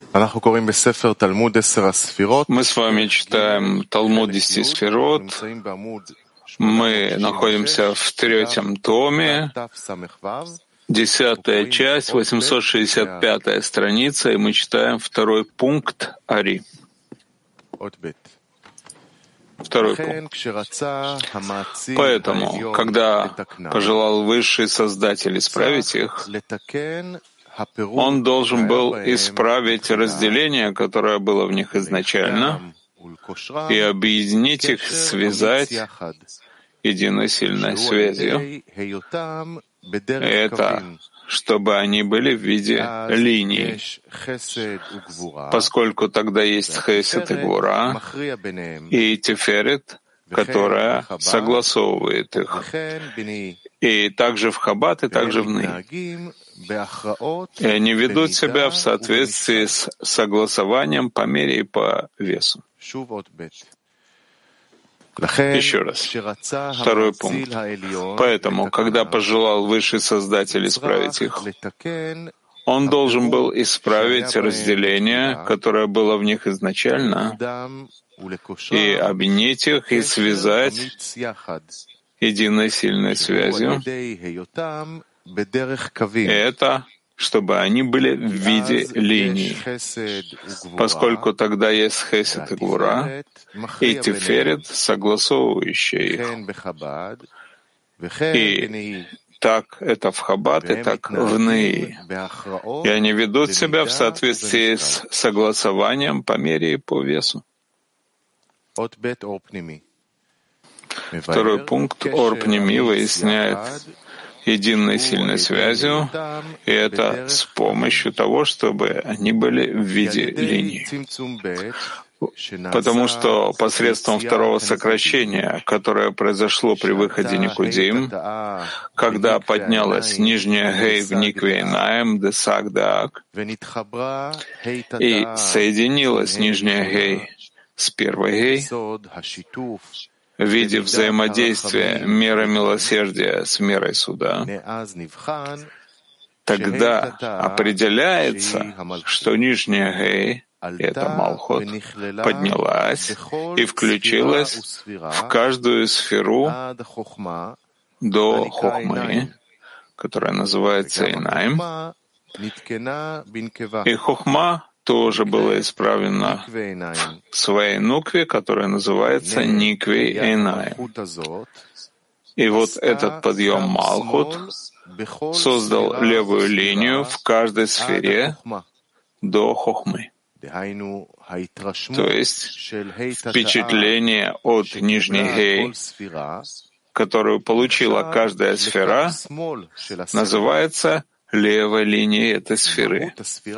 Мы с вами читаем Талмуд 10 сферот. Мы находимся в 3-м томе, 10-я часть, 865-я страница, и мы читаем 2-й пункт Ари. 2-й пункт. Поэтому, когда пожелал Высший Создатель исправить их, он должен был исправить разделение, которое было в них изначально, и объединить их, связать единой сильной связью. Это чтобы они были в виде линий, поскольку тогда есть хесед и гвура, и теферет, которая согласовывает их. И также в хаббат, и также в ны. И они ведут себя в соответствии с согласованием по мере и по весу. Еще раз. 2-й пункт. Поэтому, когда пожелал Высший Создатель исправить их, он должен был исправить разделение, которое было в них изначально, и объединить их и связать единой сильной связью. И это чтобы они были в виде линий, поскольку тогда есть хесед и гвура, и теферет, согласовывающая их. И так это в хаббат, и так в ны. И они ведут себя в соответствии с согласованием по мере и по весу. 2-й пункт Ор Пними выясняет единой сильной связью, и это с помощью того, чтобы они были в виде линий. Потому что посредством 2-го сокращения, которое произошло при выходе Никудим, когда поднялась нижняя гей в Никве Инаим, Десак Даак, и соединилась нижняя гей с первой гей, в виде взаимодействия меры милосердия с мерой суда, тогда определяется, что нижняя гей, это Малхут, поднялась и включилась в каждую сферу до Хохмы, которая называется Инаим, и Хохма тоже было исправлено в своей нукве, которая называется Никве Эйнаим. И вот этот подъем Малхут создал левую линию в каждой сфере до Хохмы. То есть впечатление от нижней гей, которую получила каждая сфера, называется левой линией этой сферы.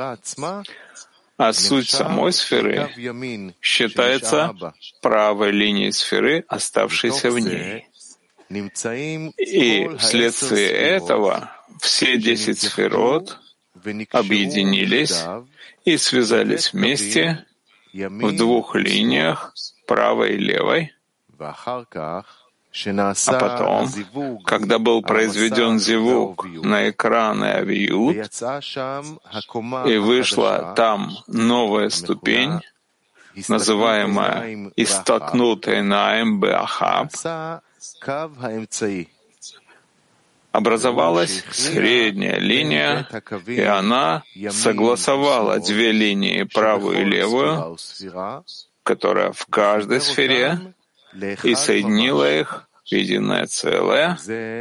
А суть самой сферы считается правой линией сферы, оставшейся в ней. И вследствие этого все 10 сферот объединились и связались вместе в 2 линиях, правой и левой. А потом, когда был произведен зивук на экраны авиют, и вышла там новая ступень, называемая «Истатнут Эйнаим Беахаб», образовалась средняя линия, и она согласовала 2 линии, правую и левую, которая в каждой сфере, и соединила их в единое целое,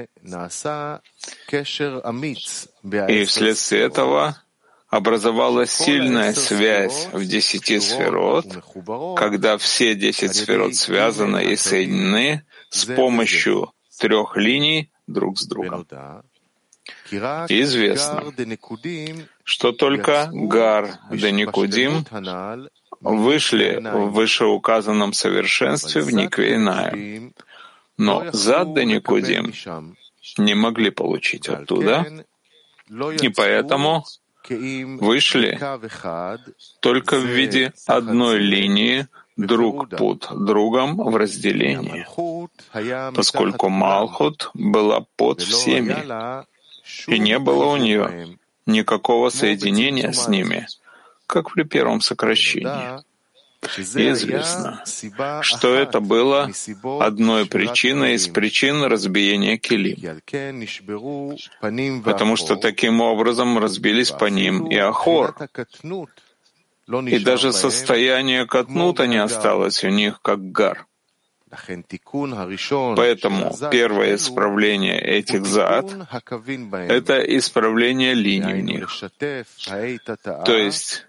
и вследствие этого образовалась сильная связь в 10 сферот, когда все 10 сферот связаны и соединены с помощью 3 линий друг с другом. И известно, что только Гар де Никудим вышли в вышеуказанном совершенстве в Никве Инаим, но Зад де Никудим не могли получить оттуда, и поэтому вышли только в виде одной линии друг под другом в разделении, поскольку Малхут была под всеми, и не было у нее никакого соединения с ними, как при первом сокращении. И известно, что это было одной причиной из причин разбиения келим, потому что таким образом разбились паним и ахор, и даже состояние катнута не осталось у них, как гар. Поэтому первое исправление этих зад — это исправление линий в них, то есть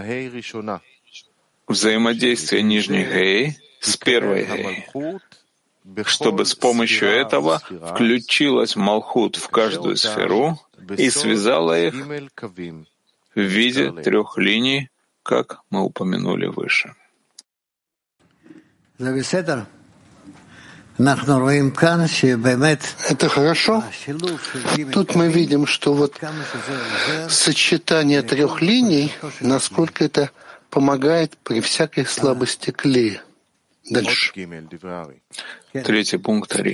взаимодействие нижней гей с первой гей, чтобы с помощью этого включилась Малхут в каждую сферу и связала их в виде 3 линий, как мы упомянули выше. Это хорошо. Тут мы видим, что вот сочетание 3 линий, насколько это помогает при всякой слабости клея. Дальше. 3 пункт Ари.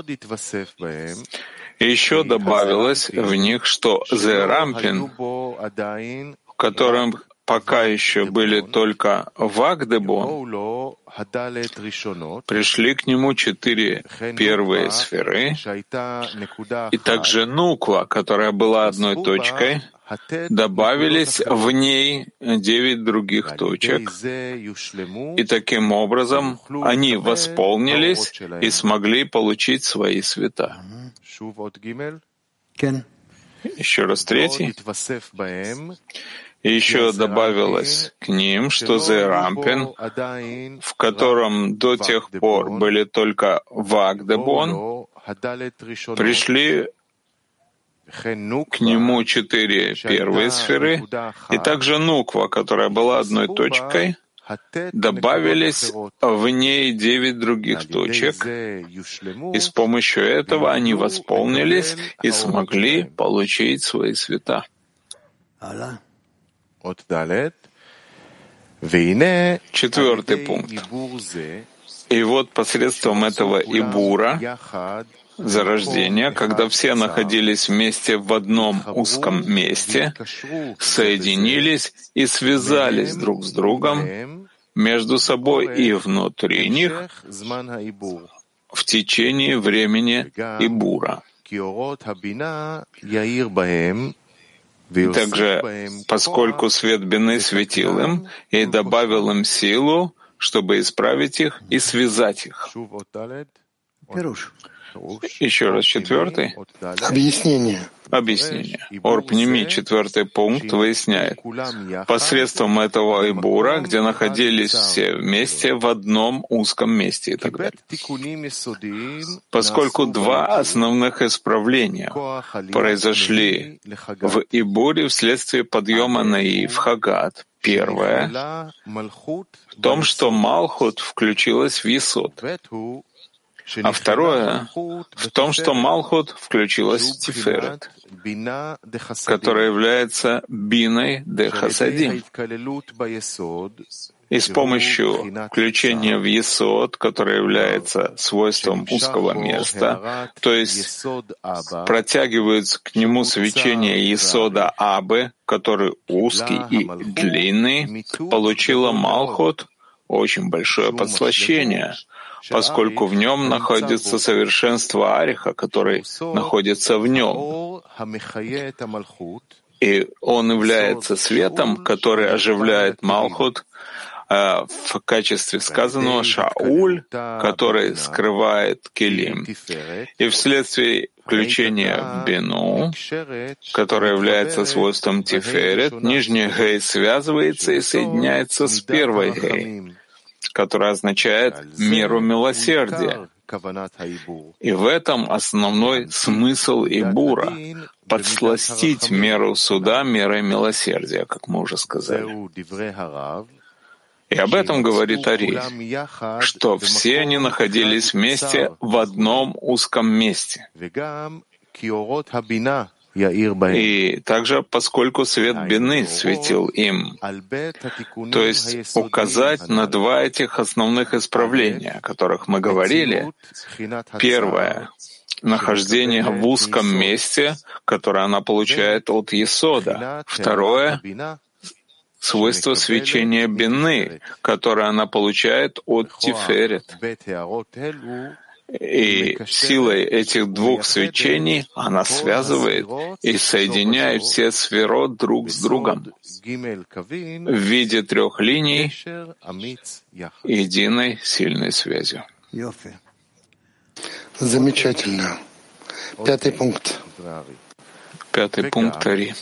И еще добавилось в них, что Зерампин, в котором пока еще были только Вагдебон, пришли к нему 4 первые сферы, и также Нуква, которая была одной точкой, добавились в ней 9 других точек, и таким образом они восполнились и смогли получить свои света. Еще раз 3. И еще добавилось к ним, что Зерампин, в котором до тех пор были только Вагдебон, пришли к нему 4 первые сферы, и также Нуква, которая была одной точкой, добавились в ней 9 других точек, и с помощью этого они восполнились и смогли получить свои света. 4 пункт. И вот посредством этого ибура, зарождения, когда все находились вместе в одном узком месте, соединились и связались друг с другом между собой и внутри них в течение времени ибура. И также, поскольку свет Бины светил им и добавил им силу, чтобы исправить их и связать их. Еще раз 4. Объяснение. Орпними 4 пункт выясняет. Посредством этого ибура, где находились все вместе в одном узком месте и так далее. Поскольку 2 основных исправления произошли в ибуре вследствие подъема Наи в Хагат. Первое — в том, что Малхут включилась в Есод. А второе — в том, что Малхут включилась в Тиферет, которая является Биной де Хасадим. И с помощью включения в Есод, которое является свойством узкого места, то есть протягиваются к нему свечение Есода Абы, который узкий и длинный, получила Малхут очень большое подслащение, поскольку в нем находится совершенство Ариха, который находится в нем. И он является светом, который оживляет Малхут, в качестве сказанного Шауль, который скрывает Келим. И вследствие включения в Бину, которое является свойством Тиферет, нижняя Гей связывается и соединяется с первой Гей, которая означает меру милосердия. И в этом основной смысл ибура — подсластить меру суда мерой милосердия, как мы уже сказали. И об этом говорит Ари, что все они находились вместе в одном узком месте. И также, поскольку свет Бины светил им, то есть указать на 2 этих основных исправления, о которых мы говорили. Первое — нахождение в узком месте, которое она получает от Есода. Второе — свойство свечения бины, которое она получает от Тиферет. И силой этих двух свечений она связывает и соединяет все сферот друг с другом в виде трех линий единой сильной связью. Замечательно. Пятый пункт. Пятый пункт Ари.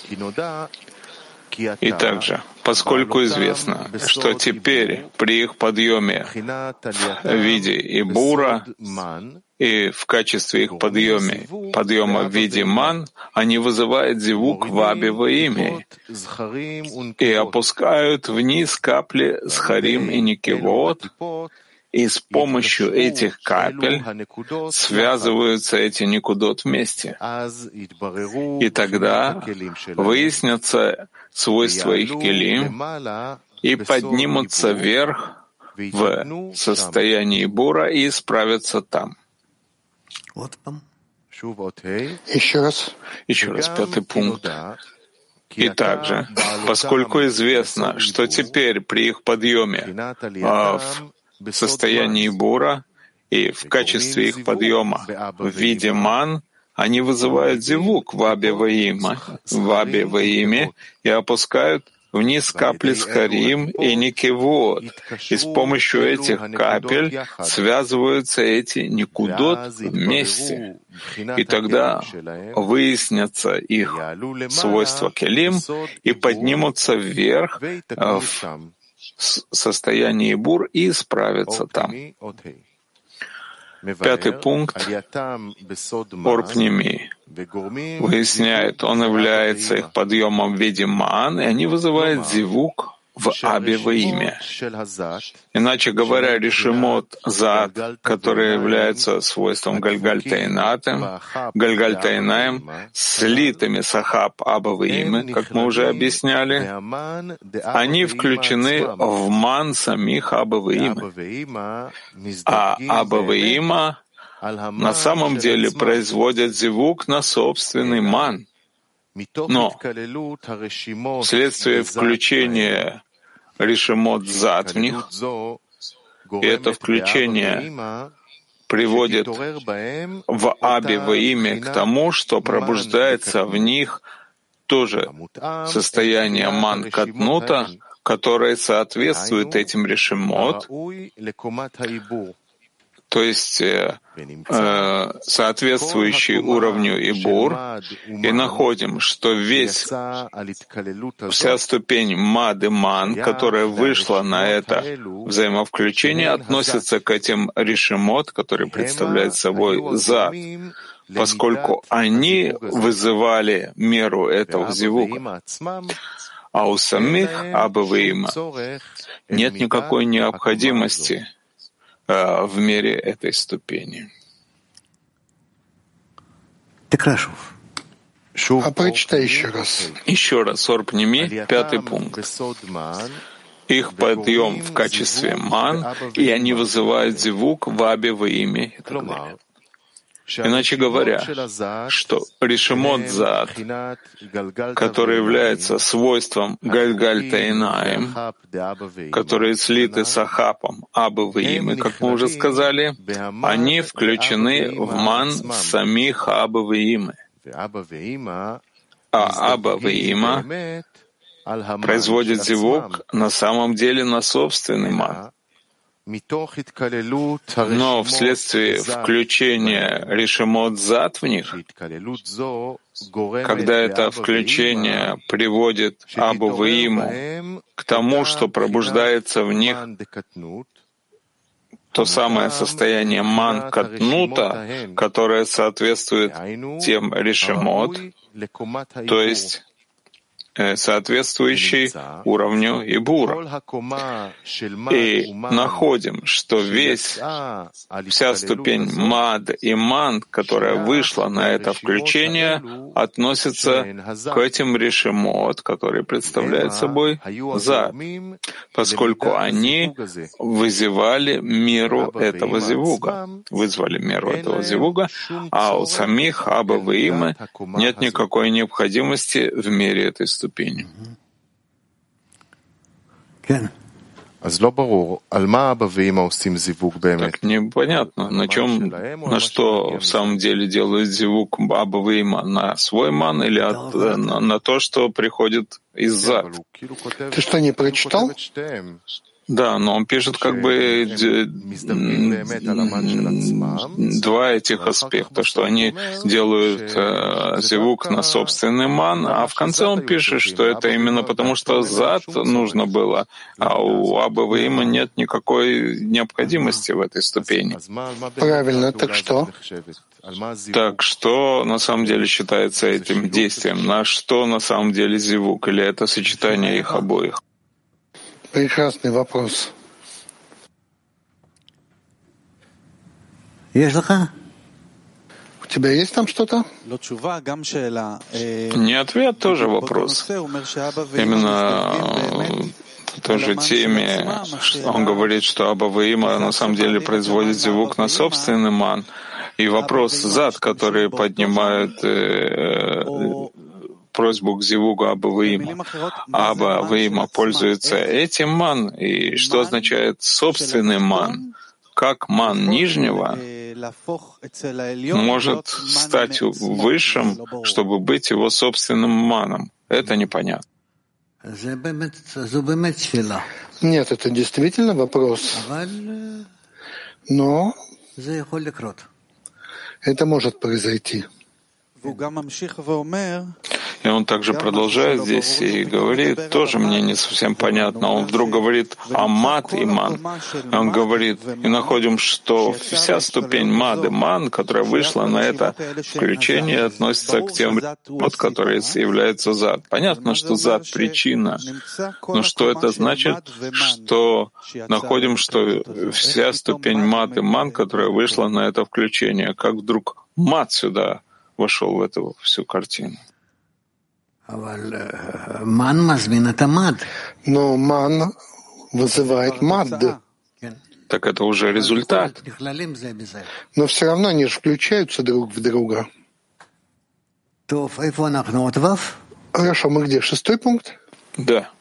И также, поскольку известно, что теперь при их подъеме в виде Ибура и в качестве их подъема в виде ман, они вызывают зивук в Абе во имя и опускают вниз капли Схарим и Никевот, и с помощью этих капель связываются эти никудот вместе. И тогда выяснятся свойства их келим и поднимутся вверх в состоянии бура и исправятся там. Еще раз, пятый пункт. И также, поскольку известно, что теперь при их подъеме в состоянии бура и в качестве их подъема в виде ман, они вызывают зивук в Абе во имя и опускают вниз капли Схарим и Никевот, и с помощью этих капель связываются эти никудот вместе. И тогда выяснятся их свойства келим и поднимутся вверх в состоянии бур и исправятся там. Пятый пункт Орпними выясняет, он является их подъемом в виде ман, и они вызывают зивук в Абе во имя. Иначе говоря, решимот зад, который является свойством Гальгальтайнаем, слитыми сахаб Аба во имя, как мы уже объясняли, они включены в ман самих Аба во имя. А Аба во имя на самом деле производят зивук на собственный ман. Но вследствие включения решимот зад в них, и это включение приводит в Абе во имя к тому, что пробуждается в них тоже состояние ман катнута, которое соответствует этим решимот, то есть соответствующий уровню Ибур, и находим, что вся ступень Мад и Ман, которая вышла на это взаимовключение, относится к этим решимот, которые представляют собой зад, поскольку они вызывали меру этого зивука. А у самих Абе во имя нет никакой необходимости в мере этой ступени. А прочитай еще раз. Еще раз, Орпними, пятый пункт. Их подъем в качестве ман, и они вызывают зивук в Абе во имя и так далее. Иначе говоря, что решимот зад, который является свойством Гальгальтайнаем, которые слиты с Ахапом Абе во имя, как мы уже сказали, они включены в ман самих Абе во имя. А Абе во имя производит зивук на самом деле на собственный ман. Но вследствие включения решимот зад в них, когда это включение приводит Абу во имя к тому, что пробуждается в них то самое состояние ман катнута, которое соответствует тем решимот, то есть соответствующий уровню Ибура. И находим, что вся ступень Мад и Ман, которая вышла на это включение, относится к этим решимот, которые представляют собой зад, поскольку они вызывали меру этого зивуга, а у самих Абе во имя нет никакой необходимости в мере этой ступени. Так непонятно, на что в самом деле делают зивук Аба Вима, на свой ман или на то, что приходит из зад? Ты что, не прочитал? Да, но он пишет как бы два этих аспекта, что они делают зивук на собственный ман, а в конце он пишет, что это именно потому, что зад нужно было, а у Аба Вима нет никакой необходимости в этой ступени. Правильно, так что? Так что на самом деле считается этим действием? На что на самом деле зивук? Или это сочетание их обоих? Прекрасный вопрос. У тебя есть там что-то? Не ответ, тоже вопрос. Именно в той же теме он говорит, что Аба Вима на самом деле производит зивук на собственный ман. И вопрос зад, которые поднимают просьбу к зивугу Аба Вима. Аба Вима пользуется этим ман, и что означает собственный ман? Как ман нижнего может стать высшим, чтобы быть его собственным маном? Это непонятно. Нет, это действительно вопрос. Но это может произойти. И он также продолжает здесь и говорит, тоже мне не совсем понятно. Он вдруг говорит о мад и ман. Он говорит, и находим, что вся ступень мад и ман, которая вышла на это включение, относится к тем, которые являются зад. Понятно, что зад — причина. Но что это значит? Что находим, что вся ступень мад и ман, которая вышла на это включение, как вдруг мад сюда вошел в эту всю картину. Но ман вызывает мад. Так это уже результат. Но все равно они же включаются друг в друга. Хорошо, мы где? 6-й пункт? Да.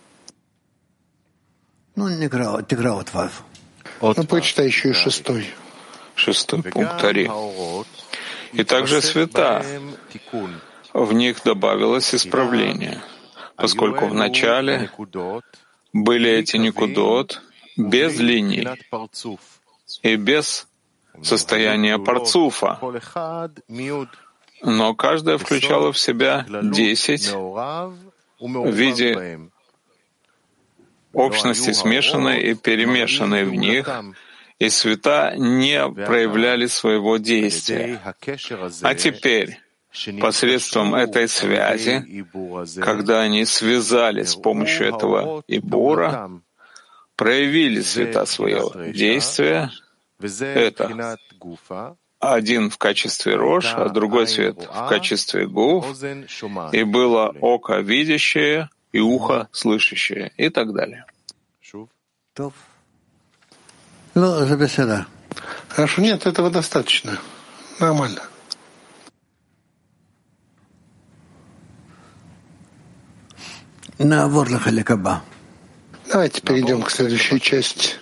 Прочитай еще и 6-й. 6-й пункт Ари. И также света. В них добавилось исправление, поскольку в начале были эти никудот без линий и без состояния парцуфа, но каждая включала в себя 10 в виде общности смешанной и перемешанной в них, и света не проявляли своего действия. А теперь, посредством этой связи, когда они связались с помощью этого ибура, проявили света свое действие, это один в качестве рош, а другой свет в качестве гуф, и было око видящее и ухо слышащее, и так далее. Хорошо, нет, этого достаточно. Нормально. Давайте перейдем к следующей части.